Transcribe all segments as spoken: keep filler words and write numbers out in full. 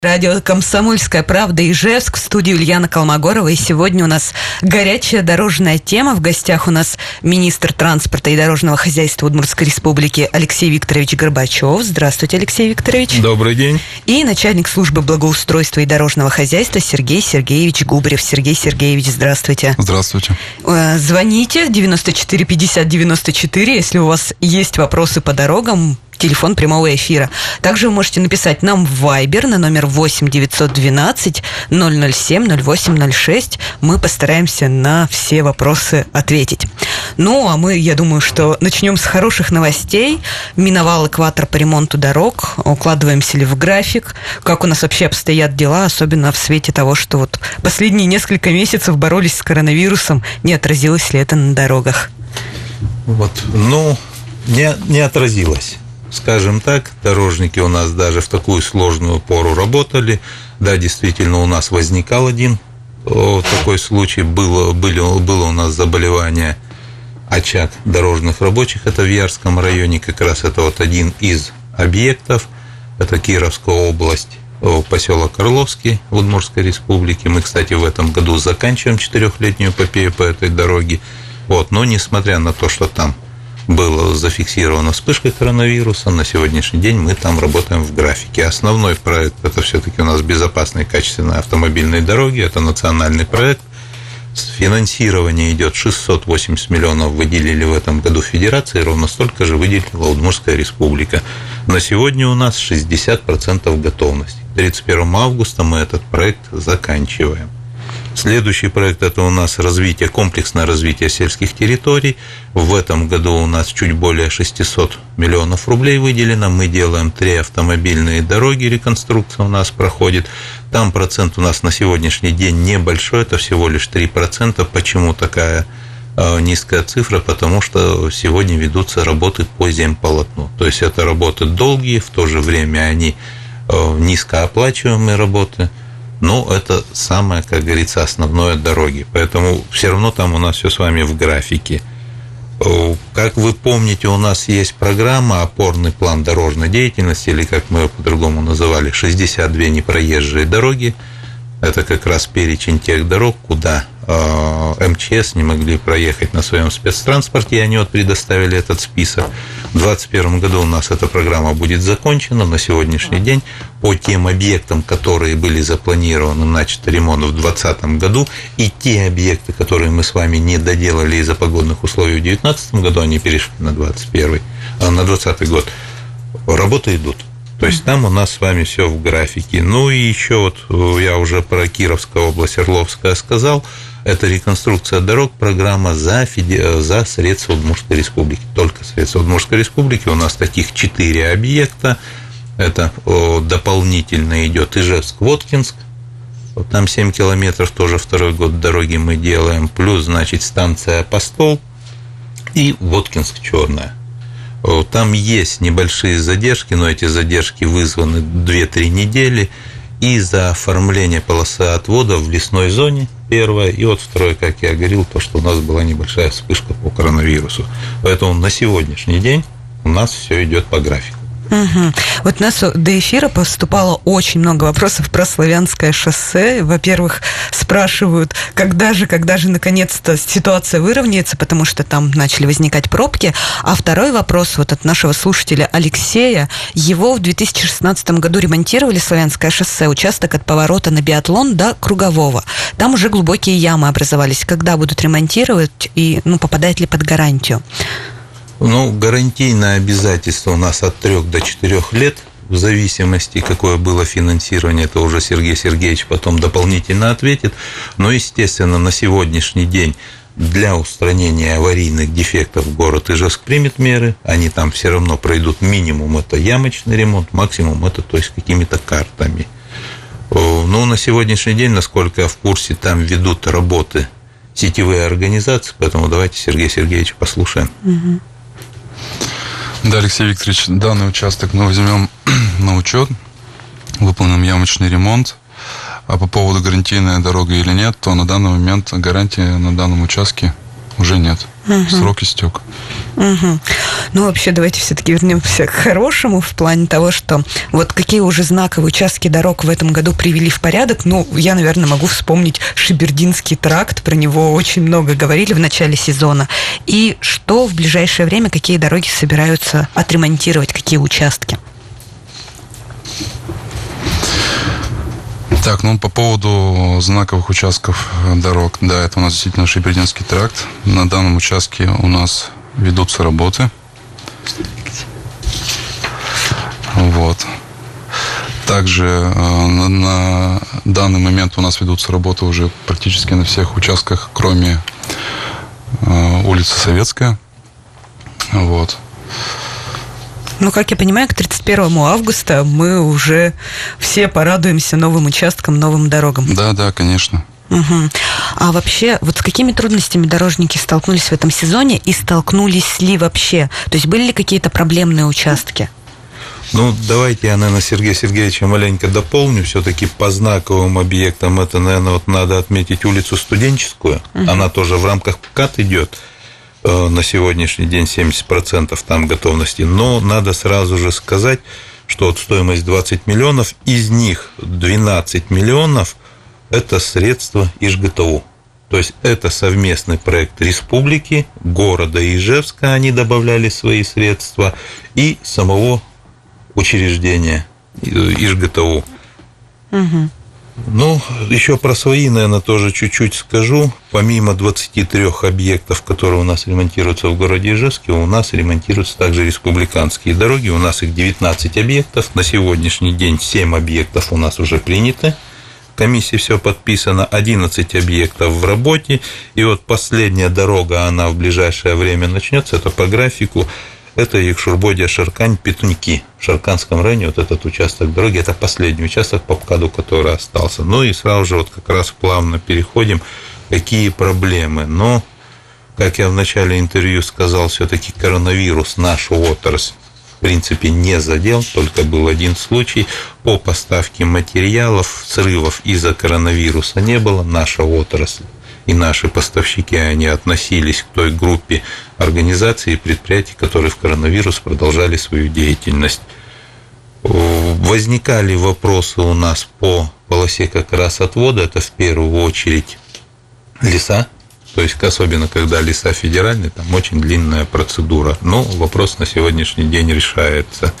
Радио «Комсомольская правда» Ижевск, в студии Ульяна Колмогорова. И сегодня у нас горячая дорожная тема. В гостях у нас министр транспорта и дорожного хозяйства Удмуртской республики Алексей Викторович Горбачев. Здравствуйте, Алексей Викторович. Добрый день. И начальник службы благоустройства и дорожного хозяйства Сергей Сергеевич Губарев. Сергей Сергеевич, здравствуйте. Здравствуйте. Звоните девяносто четыре пятьдесят девяносто четыре, если у вас есть вопросы по дорогам. Телефон прямого эфира. Также вы можете написать нам в Viber на номер восемь девятьсот двенадцать ноль ноль семь ноль восемь ноль шесть. Мы постараемся на все вопросы ответить. Ну, а мы, я думаю, что начнем с хороших новостей. Миновал экватор по ремонту дорог. Укладываемся ли в график? Как у нас вообще обстоят дела, особенно в свете того, что вот последние несколько месяцев боролись с коронавирусом. Не отразилось ли это на дорогах? Вот, ну, не, не отразилось. Скажем так, дорожники у нас даже в такую сложную пору работали. Да, действительно, у нас возникал один о, такой случай. Было, были, было у нас заболевание очаг дорожных рабочих. Это в Ярском районе, как раз это вот один из объектов. Это Кировская область, поселок Орловский в Удмуртской республике. Мы, кстати, в этом году заканчиваем четырехлетнюю эпопею по этой дороге. Вот, но несмотря на то, что там была зафиксирована вспышка коронавируса, на сегодняшний день мы там работаем в графике. Основной проект – это все-таки у нас безопасные и качественные автомобильные дороги, это национальный проект. Финансирование идет шестьсот восемьдесят миллионов выделили в этом году Федерации, ровно столько же выделила Удмуртская республика. На сегодня у нас шестьдесят процентов готовности. тридцать первого августа мы этот проект заканчиваем. Следующий проект – это у нас развитие, комплексное развитие сельских территорий. В этом году у нас чуть более шестьсот миллионов рублей выделено. Мы делаем три автомобильные дороги, реконструкция у нас проходит. Там процент у нас на сегодняшний день небольшой, это всего лишь три процента. Почему такая низкая цифра? Потому что сегодня ведутся работы по земполотну. То есть это работы долгие, в то же время они низкооплачиваемые работы. Но это самое, как говорится, основное дороги. Поэтому все равно там у нас все с вами в графике. Как вы помните, у нас есть программа «Опорный план дорожной деятельности», или, как мы ее по-другому называли, шестьдесят две непроезжие дороги. Это как раз перечень тех дорог, куда эм че эс не могли проехать на своем спецтранспорте, и они вот предоставили этот список. В две тысячи двадцать первом году у нас эта программа будет закончена. На сегодняшний день по тем объектам, которые были запланированы, начат ремонт в две тысячи двадцатом году, и те объекты, которые мы с вами не доделали из-за погодных условий в две тысячи девятнадцатом году, они перешли на двадцать первый, на двадцатый год. Работы идут. То есть там у нас с вами все в графике. Ну и еще вот я уже про Кировскую область, Орловская сказал. Это реконструкция дорог, программа за, феде... за средства Удмуртской республики. Только средства Удмуртской республики. У нас таких четыре объекта. Это дополнительно идет Ижевск-Воткинск. Там семь километров, тоже второй год дороги мы делаем. Плюс, значит, станция Апостол и Воткинск-Черная. Там есть небольшие задержки, но эти задержки вызваны две-три недели из-за оформления полосы отвода в лесной зоне, первое, и вот второе, как я говорил, то, что у нас была небольшая вспышка по коронавирусу. Поэтому на сегодняшний день у нас все идет по графику. Угу. Вот у нас до эфира поступало очень много вопросов про Славянское шоссе. Во-первых, спрашивают, когда же, когда же наконец-то ситуация выровняется, потому что там начали возникать пробки. А второй вопрос вот от нашего слушателя Алексея. Его в две тысячи шестнадцатом году ремонтировали, Славянское шоссе, участок от поворота на Биатлон до Кругового. Там уже глубокие ямы образовались. Когда будут ремонтировать и ну, попадает ли под гарантию? Ну, гарантийное обязательство у нас от трех до четырех лет, в зависимости, какое было финансирование, это уже Сергей Сергеевич потом дополнительно ответит. Но, естественно, на сегодняшний день для устранения аварийных дефектов город Ижевск примет меры. Они там все равно пройдут минимум, это ямочный ремонт, максимум это, то есть, какими-то картами. Но на сегодняшний день, насколько я в курсе, там ведут работы сетевые организации, поэтому давайте Сергея Сергеевича послушаем. Угу. Да, Алексей Викторович, данный участок мы возьмем на учет, выполним ямочный ремонт. А по поводу гарантийная дорога или нет, то на данный момент гарантии на данном участке уже нет. Угу. Срок истек. Угу. Ну, вообще, давайте все-таки вернемся к хорошему в плане того, что вот какие уже знаковые участки дорог в этом году привели в порядок. Ну, я, наверное, могу вспомнить Шибердинский тракт, про него очень много говорили в начале сезона. И что в ближайшее время, какие дороги собираются отремонтировать, какие участки? Так, ну, по поводу знаковых участков дорог, да, это у нас действительно Шибердинский тракт. На данном участке у нас ведутся работы. Вот. Также э, на, на данный момент у нас ведутся работы уже практически на всех участках, кроме э, улицы Советская. Вот. Ну, как я понимаю, к тридцать первому августа мы уже все порадуемся новым участкам, новым дорогам. Да, да, конечно. Угу. А вообще, вот с какими трудностями дорожники столкнулись в этом сезоне и столкнулись ли вообще? То есть были ли какие-то проблемные участки? Ну, давайте я, наверное, Сергея Сергеевича маленько дополню. Все-таки по знаковым объектам это, наверное, вот надо отметить улицу Студенческую. Угу. Она тоже в рамках ПКАТ идет. На сегодняшний день семьдесят процентов там готовности. Но надо сразу же сказать, что вот стоимость двадцать миллионов, из них двенадцать миллионов – это средства ИЖГТУ. То есть это совместный проект республики, города Ижевска, они добавляли свои средства, и самого учреждения ИЖГТУ. Угу. Ну, еще про свои, наверное, тоже чуть-чуть скажу. Помимо двадцати трёх объектов, которые у нас ремонтируются в городе Ижевске, у нас ремонтируются также республиканские дороги. У нас их девятнадцать объектов. На сегодняшний день семь объектов у нас уже приняты. В комиссии все подписано. одиннадцать объектов в работе. И вот последняя дорога, она в ближайшее время начнется. Это по графику. Это Якшурбодия-Шаркань-Петуньки. В Шарканском районе вот этот участок дороги, это последний участок по ПКАДу, который остался. Ну и сразу же вот как раз плавно переходим, какие проблемы. Но, как я в начале интервью сказал, все-таки коронавирус нашу отрасль в принципе не задел, только был один случай. По поставке материалов срывов из-за коронавируса не было. Наша отрасль и наши поставщики, они относились к той группе организаций и предприятий, которые в коронавирус продолжали свою деятельность. Возникали вопросы у нас по полосе как раз отвода, это в первую очередь леса, то есть особенно когда леса федеральные, там очень длинная процедура, но вопрос на сегодняшний день решается.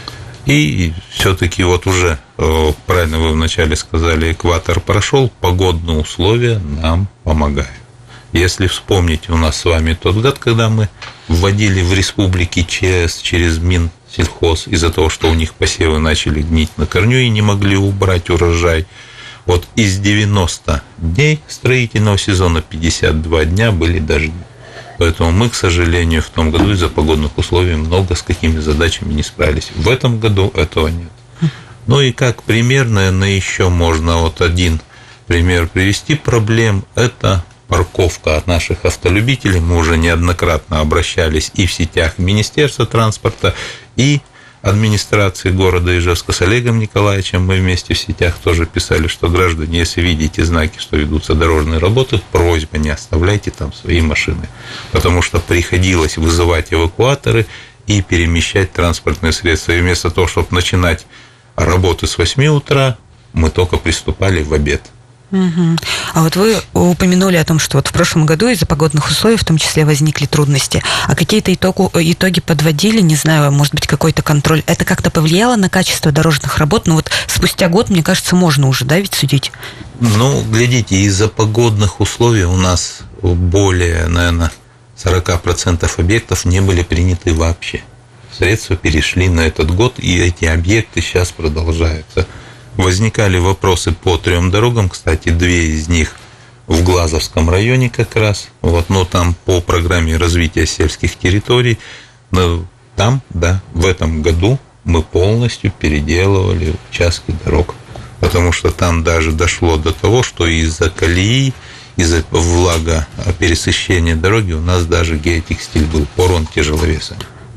И все-таки вот уже, правильно вы вначале сказали, экватор прошел, погодные условия нам помогают. Если вспомнить у нас с вами тот год, когда мы вводили в республике ЧС через Минсельхоз из-за того, что у них посевы начали гнить на корню и не могли убрать урожай, вот из девяноста дней строительного сезона пятьдесят два дня были дожди. Поэтому мы, к сожалению, в том году из-за погодных условий много с какими задачами не справились. В этом году этого нет. Ну и как пример, наверное, еще можно вот один пример привести проблем. Это парковка от наших автолюбителей. Мы уже неоднократно обращались и в сетях Министерства транспорта, и администрации города Ижевска с Олегом Николаевичем. Мы вместе в сетях тоже писали, что граждане, если видите знаки, что ведутся дорожные работы, просьба, не оставляйте там свои машины, потому что приходилось вызывать эвакуаторы и перемещать транспортные средства. И вместо того, чтобы начинать работы с восьми утра, мы только приступали в обед. Угу. А вот вы упомянули о том, что вот в прошлом году из-за погодных условий в том числе возникли трудности. А какие-то итогу, итоги подводили, не знаю, может быть, какой-то контроль. Это как-то повлияло на качество дорожных работ? Ну вот спустя год, мне кажется, можно уже, да, ведь судить? Ну, глядите, из-за погодных условий у нас более, наверное, сорок процентов объектов не были приняты вообще. Средства перешли на этот год, и эти объекты сейчас продолжаются. Возникали вопросы по трем дорогам, кстати, две из них в Глазовском районе как раз, вот, но там по программе развития сельских территорий, там, да, в этом году мы полностью переделывали участки дорог, потому что там даже дошло до того, что из-за колеи, из-за влагопересыщения дороги у нас даже геотекстиль был, порон тяжеловеса.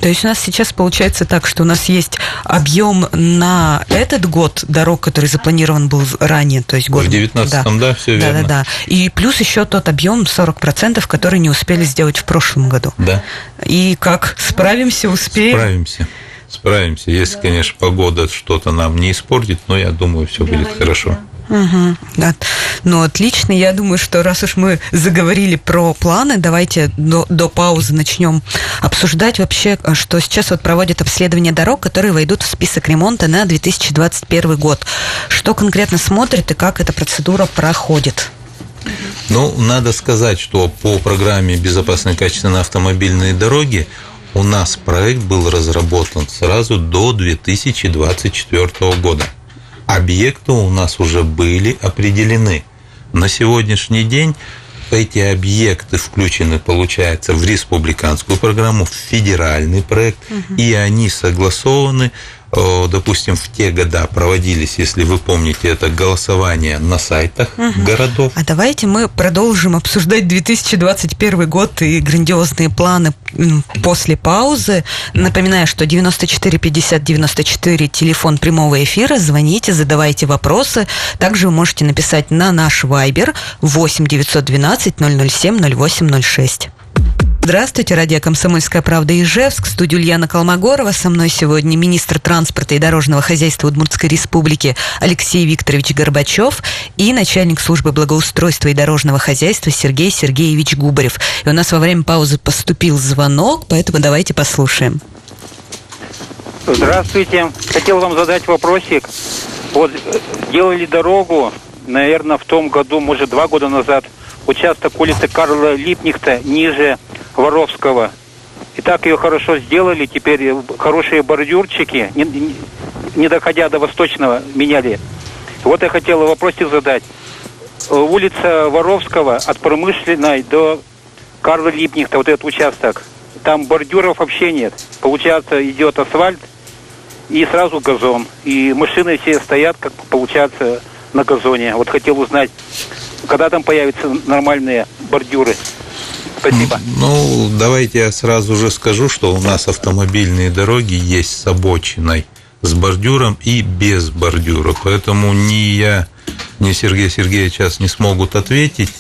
То есть у нас сейчас получается так, что у нас есть объем на этот год дорог, который запланирован был ранее, то есть год. В девятнадцатом, да, да, все да, верно. Да, да, да. И плюс еще тот объем сорок процентов, который не успели сделать в прошлом году. Да. И как, справимся, успеем? Справимся. Справимся. Если, конечно, погода что-то нам не испортит, но я думаю, все будет хорошо. Угу, да. Ну, отлично. Я думаю, что раз уж мы заговорили про планы, давайте до, до паузы начнем обсуждать вообще, что сейчас вот проводят обследование дорог, которые войдут в список ремонта на две тысячи двадцать первый год. Что конкретно смотрят и как эта процедура проходит? Ну, надо сказать, что по программе «Безопасные качественные автомобильные дороги» у нас проект был разработан сразу до две тысячи двадцать четвёртого года. Объекты у нас уже были определены. На сегодняшний день эти объекты включены, получается, в республиканскую программу, в федеральный проект, угу. и они согласованы. Допустим, в те года проводились, если вы помните, это голосование на сайтах угу. городов. А давайте мы продолжим обсуждать две тысячи двадцать первый год и грандиозные планы после паузы. Напоминаю, что девяносто четыре пятьдесят девяносто четыре телефон прямого эфира. Звоните, задавайте вопросы. Также вы можете написать на наш Вайбер восемь девятьсот двенадцать ноль ноль семь ноль восемь ноль шесть. Здравствуйте, радио «Комсомольская правда» Ижевск, студия Ульяна Колмогорова. Со мной сегодня министр транспорта и дорожного хозяйства Удмуртской республики Алексей Викторович Горбачев и начальник службы благоустройства и дорожного хозяйства Сергей Сергеевич Губарев. И у нас во время паузы поступил звонок, поэтому давайте послушаем. Здравствуйте. Хотел вам задать вопросик. Вот делали дорогу, наверное, в том году, может, два года назад, участок улицы Карла Липнихта ниже Воровского. И так ее хорошо сделали, теперь хорошие бордюрчики, не, не, не доходя до Восточного, меняли. Вот я хотел вопросик задать. Улица Воровского от Промышленной до Карла Липнихта, вот этот участок, там бордюров вообще нет. Получается, идет асфальт и сразу газон. И машины все стоят, как получается, на газоне. Вот хотел узнать, когда там появятся нормальные бордюры? Спасибо. Ну, давайте я сразу же скажу, что у нас автомобильные дороги есть с обочиной, с бордюром и без бордюра. Поэтому ни я, ни Сергей Сергеевич сейчас не смогут ответить.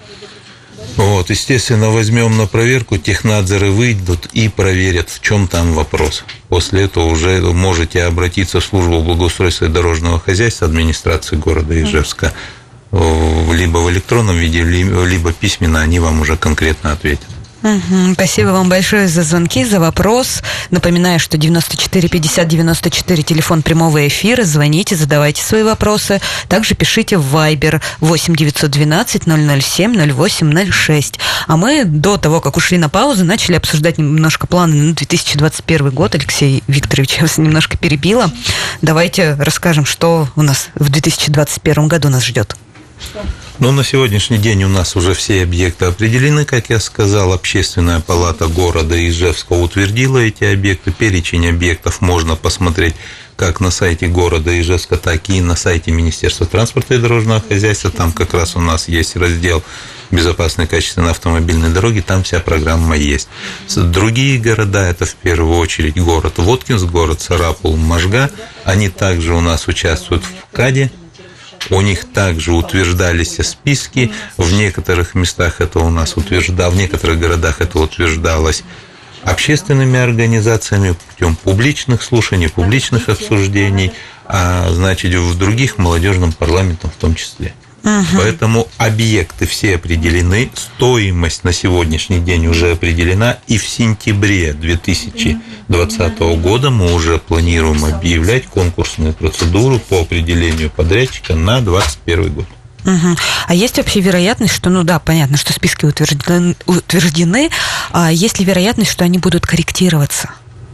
Вот, естественно, возьмем на проверку, технадзоры выйдут и проверят, в чем там вопрос. После этого уже можете обратиться в службу благоустройства и дорожного хозяйства администрации города Ижевска. Либо в электронном виде, либо письменно, они вам уже конкретно ответят. Угу. Спасибо вам большое за звонки, за вопрос. Напоминаю, что девяносто четыре пятьдесят девяносто четыре телефон прямого эфира. Звоните, задавайте свои вопросы. Также пишите в Вайбер восемь девятьсот двенадцать ноль ноль семь ноль восемь ноль шесть. А мы до того, как ушли на паузу, начали обсуждать немножко планы на две тысячи двадцать первый год. Алексей Викторович, я вас немножко перебила. Давайте расскажем, что у нас в две тысячи двадцать первом году нас ждет. Ну, на сегодняшний день у нас уже все объекты определены, как я сказал. Общественная палата города Ижевска утвердила эти объекты. Перечень объектов можно посмотреть как на сайте города Ижевска, так и на сайте Министерства транспорта и дорожного хозяйства. Там как раз у нас есть раздел «Безопасные качественные автомобильные дороги», там вся программа есть. Другие города, это в первую очередь город Воткинск, город Сарапул, Можга, они также у нас участвуют в КАДе. У них также утверждались списки, в некоторых местах это у нас утверждалось, в некоторых городах это утверждалось общественными организациями путем публичных слушаний, публичных обсуждений, а значит в других молодежным парламентом в том числе. Угу. Поэтому объекты все определены, стоимость на сегодняшний день уже определена, и в сентябре две тысячи двадцатого года мы уже планируем объявлять конкурсную процедуру по определению подрядчика на двадцать первый год. Угу. А есть вообще вероятность, что, ну да, понятно, что списки утверждены, утверждены, а есть ли вероятность, что они будут корректироваться?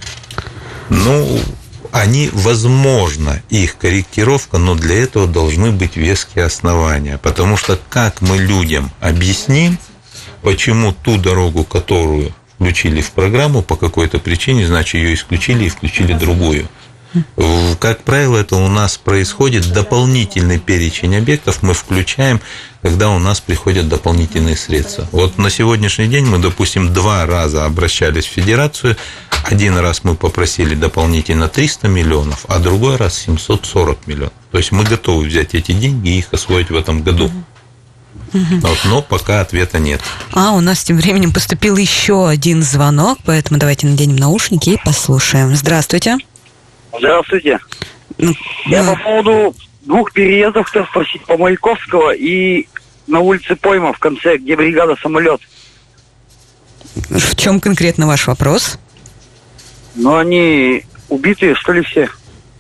Ну, они, возможно, их корректировка, но для этого должны быть веские основания. Потому что как мы людям объясним, почему ту дорогу, которую включили в программу по какой-то причине, значит, ее исключили и включили другую. Как правило, это у нас происходит дополнительный перечень объектов мы включаем, когда у нас приходят дополнительные средства. Вот на сегодняшний день мы, допустим, два раза обращались в Федерацию. Один раз мы попросили дополнительно триста миллионов, а другой раз семьсот сорок миллионов. То есть мы готовы взять эти деньги и их освоить в этом году. Угу. Вот, но пока ответа нет. А у нас тем временем поступил еще один звонок, поэтому давайте наденем наушники и послушаем. Здравствуйте. Здравствуйте. Ну, Я да. по поводу двух переездов хотел спросить, по Маяковского и на улице Пойма в конце, где бригада «Самолет». В чем конкретно ваш вопрос? Ну, они убитые, что ли, все?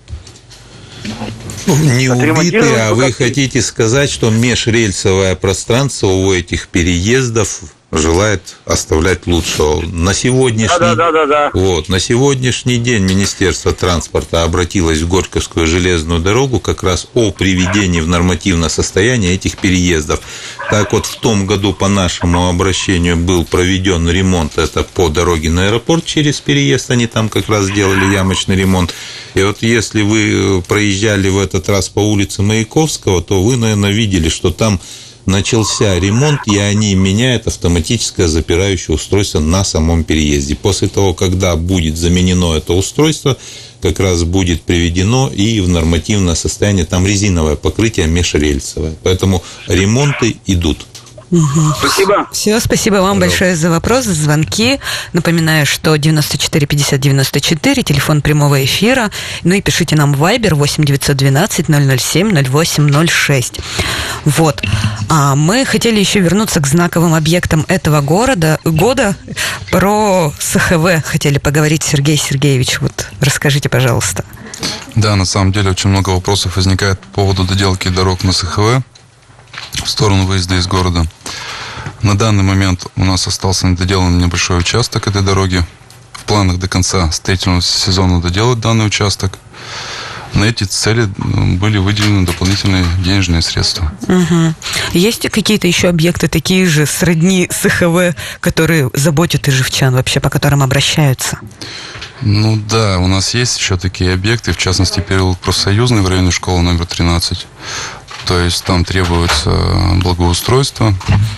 Не убитые, а вы как-то... хотите сказать, что межрельсовое пространство у этих переездов желает оставлять лучшего. На сегодняшний... Да, да, да, да. Вот, на сегодняшний день Министерство транспорта обратилось в Горьковскую железную дорогу как раз о приведении в нормативное состояние этих переездов. Так вот, в том году по нашему обращению был проведен ремонт, это по дороге на аэропорт через переезд, они там как раз делали ямочный ремонт. И вот если вы проезжали в этот раз по улице Маяковского, то вы, наверное, видели, что там начался ремонт, и они меняют автоматическое запирающее устройство на самом переезде. После того, когда будет заменено это устройство, как раз будет приведено и в нормативное состояние там резиновое покрытие межрельсовое. Поэтому ремонты идут. Угу. Спасибо. Все, спасибо вам Пожалуйста. большое за вопрос, за звонки. Напоминаю, что девяносто четыре пятьдесят девяносто четыре, телефон прямого эфира. Ну и пишите нам в Viber восемь девятьсот двенадцать ноль ноль семь ноль восемь ноль шесть. Вот. А мы хотели еще вернуться к знаковым объектам этого города, года. Про СХВ хотели поговорить, Сергей Сергеевич. Вот расскажите, пожалуйста. Да, на самом деле очень много вопросов возникает по поводу доделки дорог на СХВ в сторону выезда из города. На данный момент у нас остался недоделан небольшой участок этой дороги. В планах до конца строительного сезона доделать данный участок. На эти цели были выделены дополнительные денежные средства. Угу. Есть какие-то еще объекты, такие же, сродни СХВ, которые заботят ижевчан вообще, по которым обращаются? Ну да, у нас есть еще такие объекты, в частности, переулок Профсоюзный в районе школы номер тринадцать. То есть там требуется благоустройство.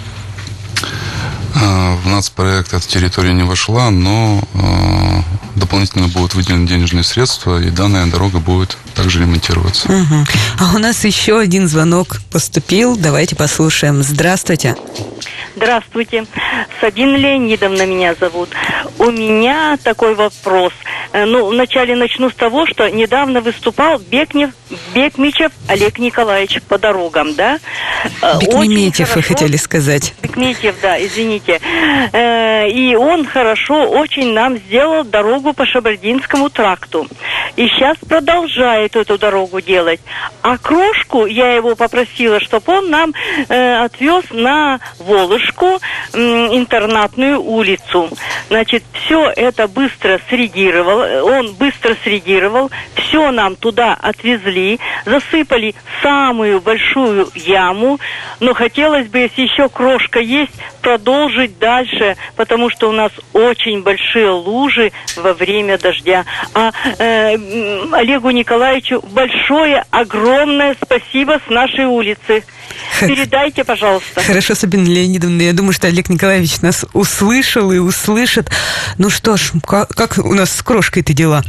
В нацпроект эта территория не вошла, но дополнительно будут выделены денежные средства, и данная дорога будет также ремонтироваться. Угу. А у нас еще один звонок поступил. Давайте послушаем. Здравствуйте. Здравствуйте. Сабина Леонидовна меня зовут. У меня такой вопрос. Ну, вначале начну с того, что недавно выступал Бекнев, Бекмичев Олег Николаевич по дорогам, да? Бекметьев, вы хотели сказать. Бекметьев, да, извините. И он хорошо очень нам сделал дорогу по Шабардинскому тракту. И сейчас продолжает эту дорогу делать. А Крошку я его попросила, чтобы он нам э, отвез на Волышку э, интернатную улицу. Значит, все это быстро среагировал, он быстро среагировал, все нам туда отвезли, засыпали самую большую яму, но хотелось бы, если еще Крошка есть, продолжить дальше, потому что у нас очень большие лужи во время дождя. А э, Олегу Николаевичу большое, огромное спасибо с нашей улицы. Передайте, пожалуйста. Хорошо, Сабина Леонидовна, я думаю, что Олег Николаевич нас услышал и услышит. Ну что ж, как, как у нас с Крошкой-то дела?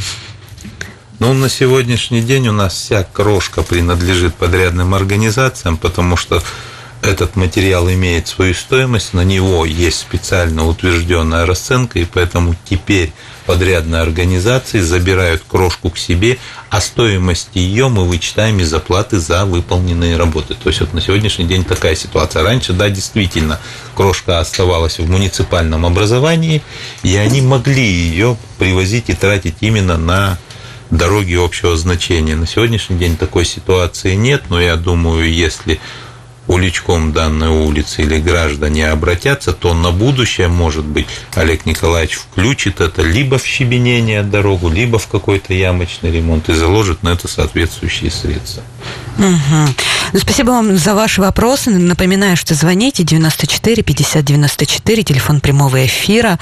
Ну, на сегодняшний день у нас вся Крошка принадлежит подрядным организациям, потому что этот материал имеет свою стоимость, на него есть специально утвержденная расценка, и поэтому теперь подрядные организации забирают Крошку к себе, а стоимость ее мы вычитаем из оплаты за выполненные работы. То есть вот на сегодняшний день такая ситуация. Раньше, да, действительно, Крошка оставалась в муниципальном образовании, и они могли ее привозить и тратить именно на дороги общего значения. На сегодняшний день такой ситуации нет, но я думаю, если уличком данной улицы или граждане обратятся, то на будущее, может быть, Олег Николаевич включит это либо в щебенение дорогу, либо в какой-то ямочный ремонт и заложит на это соответствующие средства. Угу. Ну, спасибо вам за ваши вопросы. Напоминаю, что звоните девяносто четыре пятьдесят девяносто четыре, телефон прямого эфира,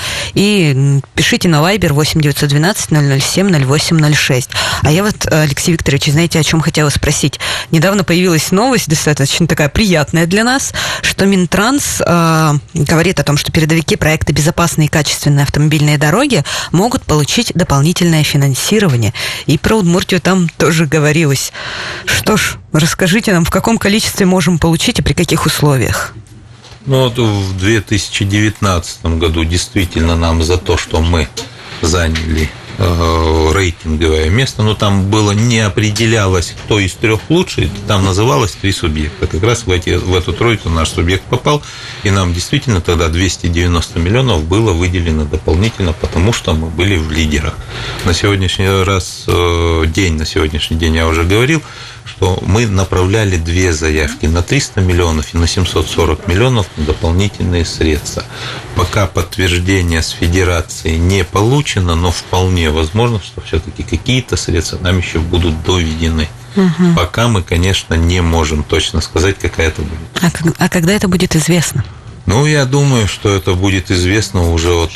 и пишите на Viber восемь девятьсот двенадцать ноль ноль семь ноль восемь ноль шесть. А я вот, Алексей Викторович, знаете, о чем хотела спросить? Недавно появилась новость, достаточно такая приятная для нас, что Минтранс э, говорит о том, что передовики проекта «Безопасные и качественные автомобильные дороги» могут получить дополнительное финансирование. И про Удмуртию там тоже говорилось. Что ж, расскажите нам, в каком количестве можем получить и при каких условиях? Ну, вот в две тысячи девятнадцатом году действительно нам за то, что мы заняли э, рейтинговое место, но там было не определялось, кто из трех лучший, там называлось три субъекта. Как раз в, эти, в эту тройку наш субъект попал, и нам действительно тогда двести девяносто миллионов было выделено дополнительно, потому что мы были в лидерах. На сегодняшний раз, э, день, на сегодняшний день я уже говорил, что мы направляли две заявки на триста миллионов и на семьсот сорок миллионов на дополнительные средства. Пока подтверждение с Федерацией не получено, но вполне возможно, что все-таки какие-то средства нам еще будут доведены. Угу. Пока мы, конечно, не можем точно сказать, какая это будет. А, а когда это будет известно? Ну, я думаю, что это будет известно уже от...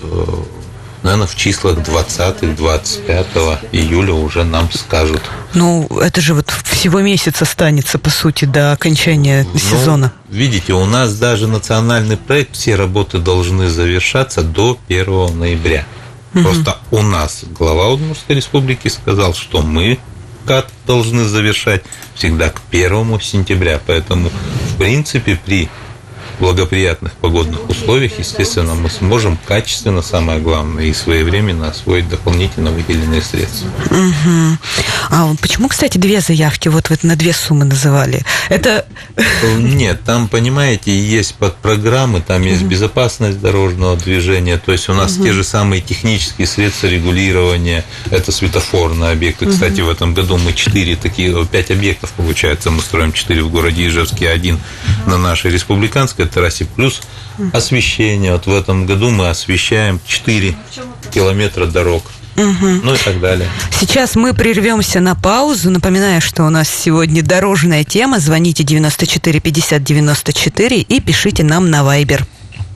наверное, в числах двадцатого-двадцать пятого июля уже нам скажут. Ну, это же вот всего месяц останется, по сути, до окончания ну, сезона. Видите, у нас даже национальный проект, все работы должны завершаться до первого ноября. Угу. Просто у нас глава Удмуртской республики сказал, что мы КАТ должны завершать всегда к первому сентября. Поэтому, в принципе, при благоприятных погодных условиях, естественно, мы сможем качественно, самое главное, и своевременно освоить дополнительно выделенные средства. Угу. А почему, кстати, две заявки вот вы на две суммы называли? Это... Нет, там, понимаете, есть подпрограммы, там есть угу. безопасность дорожного движения, то есть у нас угу. те же самые технические средства регулирования, это светофорные объекты. Кстати, угу. в этом году мы четыре такие, пять объектов, получается, мы строим четыре в городе Ижевске, один угу. на нашей республиканской трассе, плюс освещение. Вот в этом году мы освещаем четыре километра дорог. Угу. Ну и так далее. Сейчас мы прервемся на паузу. Напоминаю, что у нас сегодня дорожная тема. Звоните девяносто четыре пятьдесят девяносто четыре и пишите нам на Viber.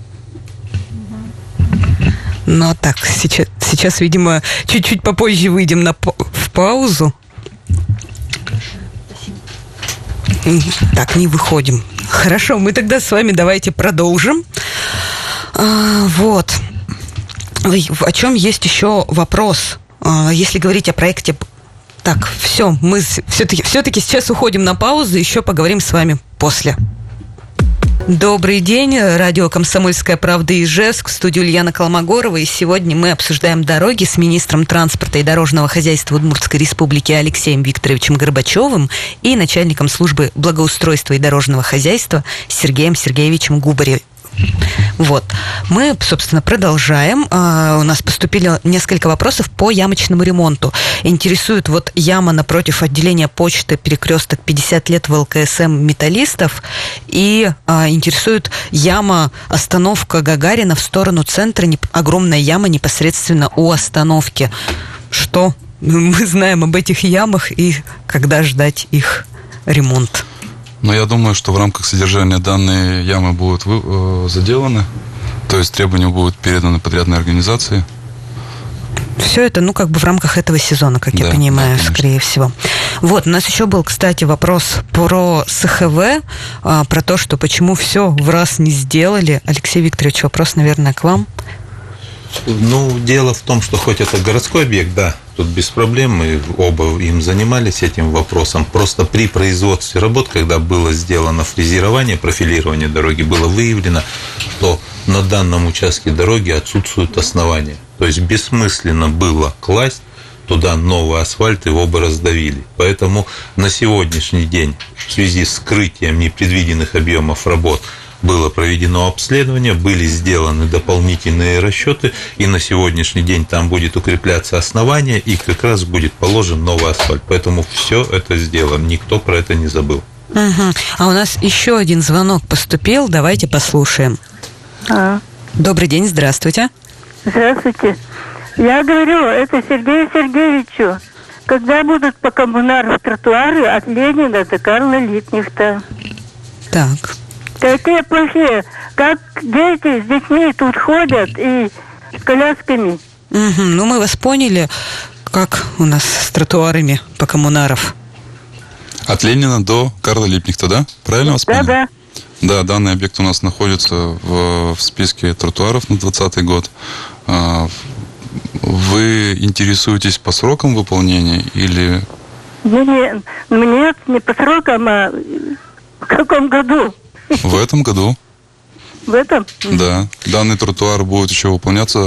Ну так, сейчас, сейчас, видимо, чуть-чуть попозже выйдем на, в паузу. Так, не выходим. Хорошо, мы тогда с вами давайте продолжим. А, вот. О чем есть еще вопрос? А, если говорить о проекте... Так, все, мы все-таки, все-таки сейчас уходим на паузу, еще поговорим с вами после. Добрый день, радио «Комсомольская правда» Ижевск, в студии Ульяна Колмогорова, и сегодня мы обсуждаем дороги с министром транспорта и дорожного хозяйства Удмуртской республики Алексеем Викторовичем Горбачевым и начальником службы благоустройства и дорожного хозяйства Сергеем Сергеевичем Губаревым. Вот. Мы, собственно, продолжаем. У нас поступили несколько вопросов по ямочному ремонту. Интересует вот яма напротив отделения почты, перекресток пятьдесят лет в ЛКСМ металлистов. И а, интересует яма, остановка Гагарина в сторону центра, не, огромная яма непосредственно у остановки. Что мы знаем об этих ямах и когда ждать их ремонт? Но я думаю, что в рамках содержания данной ямы будут вы, э, заделаны, то есть требования будут переданы подрядной организации. Все это, ну, как бы в рамках этого сезона, как да, я понимаю, да, скорее всего. Вот, у нас еще был, кстати, вопрос про СХВ, а, про то, что почему все в раз не сделали. Алексей Викторович, вопрос, наверное, к вам. Ну, дело в том, что хоть это городской объект, да, тут без проблем, мы оба им занимались этим вопросом. Просто при производстве работ, когда было сделано фрезерование, профилирование дороги, было выявлено, что на данном участке дороги отсутствуют основания. То есть бессмысленно было класть туда новый асфальт, его бы раздавили. Поэтому на сегодняшний день в связи с скрытием непредвиденных объемов работ было проведено обследование, были сделаны дополнительные расчеты, и на сегодняшний день там будет укрепляться основание, и как раз будет положен новый асфальт. Поэтому все это сделано, никто про это не забыл. Угу. А у нас еще один звонок поступил, давайте послушаем. А. Добрый день, здравствуйте. Здравствуйте. Я говорю, это Сергею Сергеевичу. Когда будут по коммунару тротуары от Ленина до Карла Липкнехта? Так. Такие плохие. Как дети с детьми тут ходят и с колясками. Угу. Ну, мы вас поняли. Как у нас с тротуарами по коммунаров? От Ленина до Карла Липкнехта, да? Правильно вас понял? Да, да. Да, данный объект у нас находится в, в списке тротуаров на двадцатый год. Вы интересуетесь по срокам выполнения или... Нет, нет, не по срокам, а в каком году? В этом году. В этом? Да. Данный тротуар будет еще выполняться.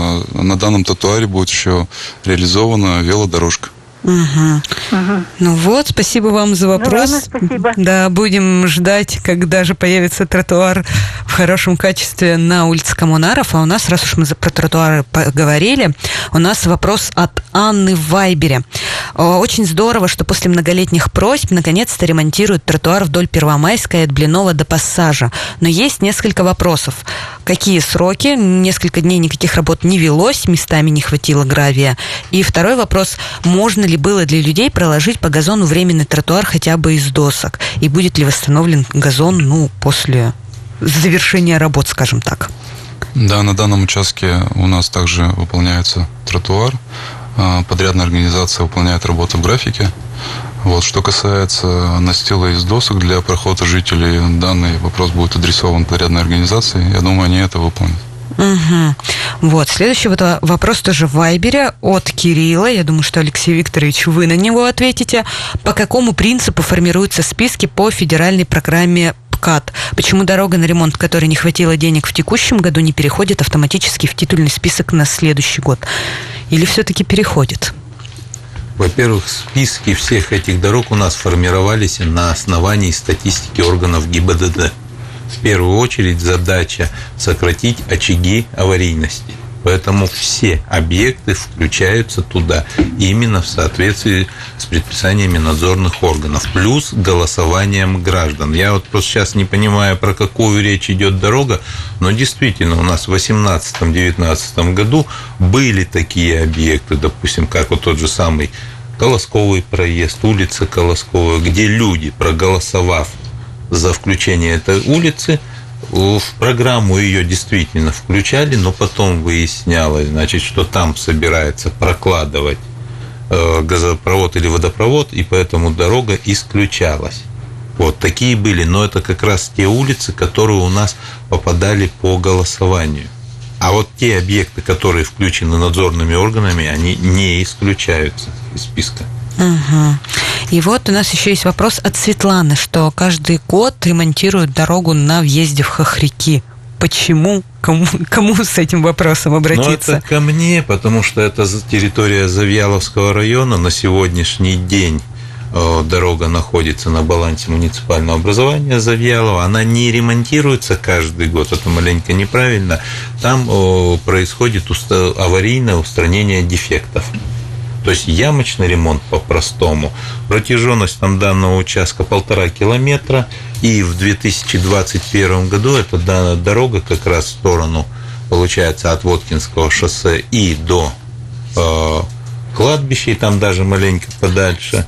На данном тротуаре будет еще реализована велодорожка. Угу. Угу. Ну вот, спасибо вам за вопрос. Ну, ладно, спасибо. Да, будем ждать, когда же появится тротуар в хорошем качестве на улице Коммунаров. А у нас, раз уж мы про тротуары поговорили, у нас вопрос от Анны в Вайбере. Очень здорово, что после многолетних просьб наконец-то ремонтируют тротуар вдоль Первомайской от Блинова до Пассажа. Но есть несколько вопросов. Какие сроки? Несколько дней никаких работ не велось, местами не хватило гравия. И второй вопрос. Можно ли было для людей проложить по газону временный тротуар хотя бы из досок? И будет ли восстановлен газон, ну, после завершения работ, скажем так? Да, на данном участке у нас также выполняется тротуар. Подрядная организация выполняет работу в графике. Вот. Что касается настила из досок для прохода жителей, данный вопрос будет адресован подрядной организации. Я думаю, они это выполнят. Угу. Вот, следующий вот вопрос тоже в Вайбере от Кирилла. Я думаю, что, Алексей Викторович, вы на него ответите. По какому принципу формируются списки по федеральной программе ПКАТ? Почему дорога, на ремонт которой не хватило денег в текущем году, не переходит автоматически в титульный список на следующий год? Или все-таки переходит? Во-первых, списки всех этих дорог у нас формировались на основании статистики органов ГИБДД. В первую очередь задача сократить очаги аварийности. Поэтому все объекты включаются туда именно в соответствии с предписаниями надзорных органов, плюс голосованием граждан. Я вот просто сейчас не понимаю, про какую речь идет дорога, но действительно у нас в восемнадцатом-девятнадцатом году были такие объекты, допустим, как вот тот же самый Колосковый проезд, улица Колосковая, где люди, проголосовав за включение этой улицы, в программу ее действительно включали, но потом выяснялось, значит, что там собирается прокладывать газопровод или водопровод, и поэтому дорога исключалась. Вот такие были, но это как раз те улицы, которые у нас попадали по голосованию. А вот те объекты, которые включены надзорными органами, они не исключаются из списка. Угу. И вот у нас еще есть вопрос от Светланы, что каждый год ремонтируют дорогу на въезде в Хохряки. Почему? Кому, кому с этим вопросом обратиться? Ну, это ко мне, потому что это территория Завьяловского района. На сегодняшний день э, дорога находится на балансе муниципального образования Завьялова. Она не ремонтируется каждый год, это маленько неправильно. Там э, происходит уста- аварийное устранение дефектов. То есть ямочный ремонт по-простому. Протяженность там данного участка полтора километра. И в две тысячи двадцать первом году эта данная дорога как раз в сторону, получается, от Воткинского шоссе и до э, кладбища, и там даже маленько подальше,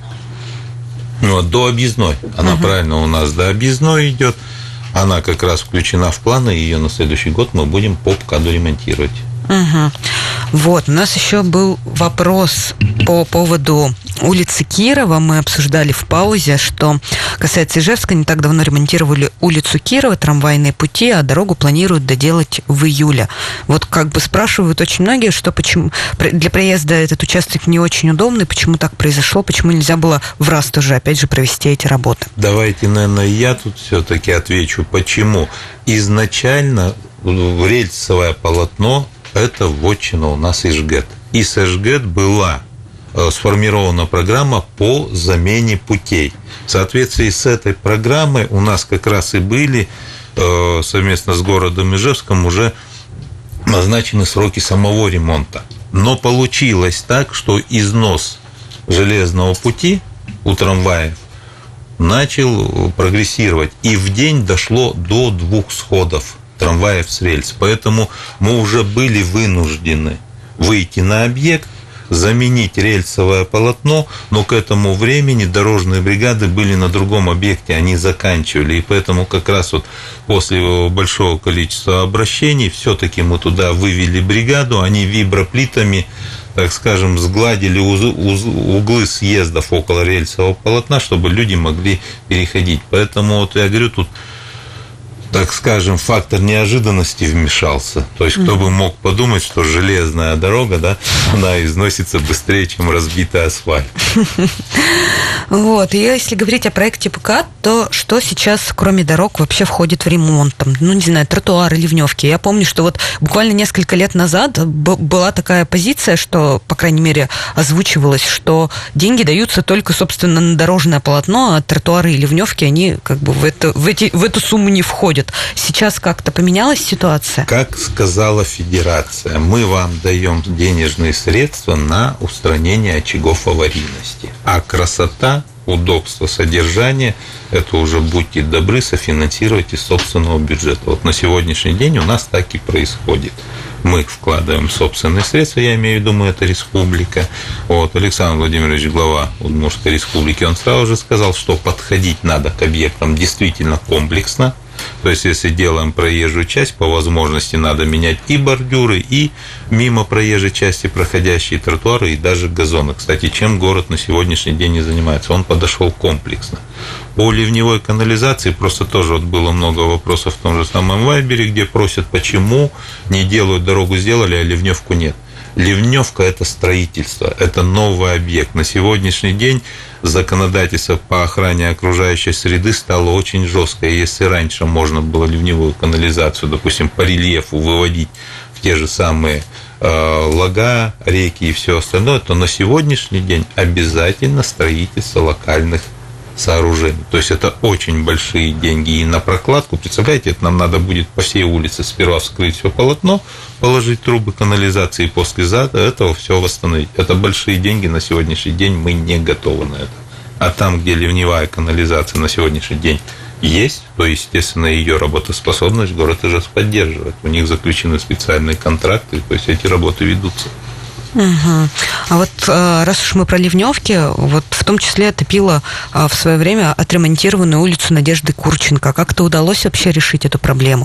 ну, до объездной. Она uh-huh. правильно у нас до объездной идет. Она как раз включена в планы, и ее на следующий год мы будем по ПКАДу ремонтировать. Угу. Вот, у нас еще был вопрос по поводу улицы Кирова. Мы обсуждали в паузе, что касается Ижевска, не так давно ремонтировали улицу Кирова, трамвайные пути, а дорогу планируют доделать в июле. Вот как бы спрашивают очень многие, что почему для проезда этот участок не очень удобный, почему так произошло, почему нельзя было в раз тоже, опять же, провести эти работы. Давайте, наверное, я тут все-таки отвечу, почему. Изначально рельсовое полотно – это вотчина у нас Ижгэт. И с Ижгэт была сформирована программа по замене путей. В соответствии с этой программой у нас как раз и были совместно с городом Ижевском уже назначены сроки самого ремонта. Но получилось так, что износ железного пути у трамваев начал прогрессировать. И в день дошло до двух сходов трамваев с рельс. Поэтому мы уже были вынуждены выйти на объект, заменить рельсовое полотно, но к этому времени дорожные бригады были на другом объекте, они заканчивали, и поэтому как раз вот после большого количества обращений все-таки мы туда вывели бригаду, они виброплитами, так скажем, сгладили углы съездов около рельсового полотна, чтобы люди могли переходить. Поэтому вот я говорю, тут, так скажем, фактор неожиданности вмешался. То есть, кто бы мог подумать, что железная дорога, да, она износится быстрее, чем разбитый асфальт. Вот, и если говорить о проекте ПКАТ, то что сейчас, кроме дорог, вообще входит в ремонт? Там, ну, не знаю, тротуары, ливневки. Я помню, что вот буквально несколько лет назад б- была такая позиция, что, по крайней мере, озвучивалось, что деньги даются только, собственно, на дорожное полотно, а тротуары и ливневки, они как бы в, это, в, эти, в эту сумму не входят. Сейчас как-то поменялась ситуация? Как сказала Федерация, мы вам даем денежные средства на устранение очагов аварийности. А красота, удобство, содержание, это уже, будьте добры, софинансировать из собственного бюджета. Вот на сегодняшний день у нас так и происходит. Мы вкладываем собственные средства, я имею в виду, мы это республика. Вот, Александр Владимирович, глава Удмуртской республики, он сразу же сказал, что подходить надо к объектам действительно комплексно. То есть, если делаем проезжую часть, по возможности надо менять и бордюры, и мимо проезжей части проходящие тротуары, и даже газоны. Кстати, чем город на сегодняшний день не занимается? Он подошел комплексно. По ливневой канализации просто тоже вот было много вопросов в том же самом Вайбере, где просят, почему не делают дорогу, сделали, а ливневку нет. Ливневка – это строительство, это новый объект. На сегодняшний день законодательство по охране окружающей среды стало очень жесткое. Если раньше можно было ливневую канализацию, допустим, по рельефу выводить в те же самые э, лага, реки и все остальное, то на сегодняшний день обязательно строительство локальных сооружений. То есть это очень большие деньги и на прокладку. Представляете, это нам надо будет по всей улице сперва вскрыть все полотно, положить трубы канализации, и после этого все восстановить. Это большие деньги, на сегодняшний день мы не готовы на это. А там, где ливневая канализация на сегодняшний день есть, то, естественно, ее работоспособность город ИЖЭС поддерживает. У них заключены специальные контракты, то есть эти работы ведутся. Угу. А вот раз уж мы про ливневки, вот в том числе отопила в свое время отремонтированную улицу Надежды Курченко. Как-то удалось вообще решить эту проблему?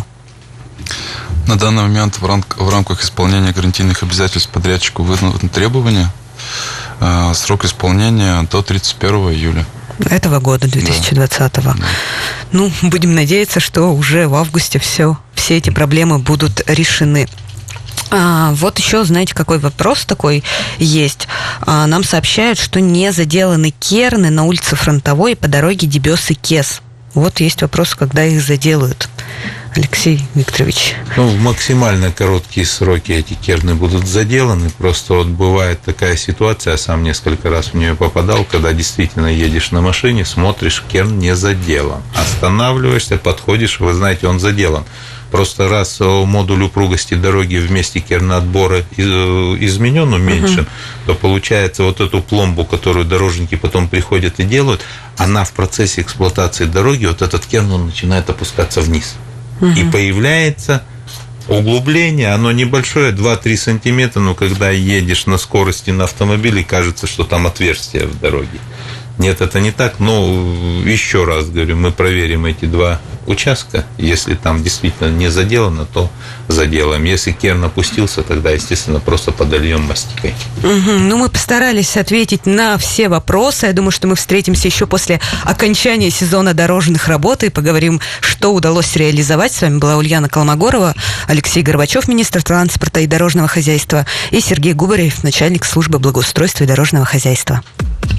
На данный момент в, рам- в рамках исполнения гарантийных обязательств подрядчику выданы требования. Срок исполнения до тридцать первого июля. Этого года, две тысячи двадцатого. Да. Ну, будем надеяться, что уже в августе все, все эти проблемы будут решены. А, вот еще, знаете, какой вопрос такой есть. А, нам сообщают, что не заделаны керны на улице Фронтовой по дороге Дебесы-Кес. Вот есть вопрос, когда их заделают. Алексей Викторович. Ну, в максимально короткие сроки эти керны будут заделаны. Просто вот бывает такая ситуация, я сам несколько раз в нее попадал, когда действительно едешь на машине, смотришь, керн не заделан. Останавливаешься, подходишь, вы знаете, он заделан. Просто раз модуль упругости дороги вместе керноотбора изменен, уменьшен, uh-huh. то получается вот эту пломбу, которую дорожники потом приходят и делают, она в процессе эксплуатации дороги, вот этот керн, он начинает опускаться вниз. Uh-huh. И появляется углубление, оно небольшое, два-три сантиметра, но когда едешь на скорости на автомобиле, кажется, что там отверстие в дороге. Нет, это не так, но еще раз говорю, мы проверим эти два участка. Если там действительно не заделано, то заделаем. Если керн опустился, тогда, естественно, просто подольем мастикой. Угу. Ну, мы постарались ответить на все вопросы. Я думаю, что мы встретимся еще после окончания сезона дорожных работ и поговорим, что удалось реализовать. С вами была Ульяна Колмогорова, Алексей Горбачев, министр транспорта и дорожного хозяйства, и Сергей Губарев, начальник службы благоустройства и дорожного хозяйства.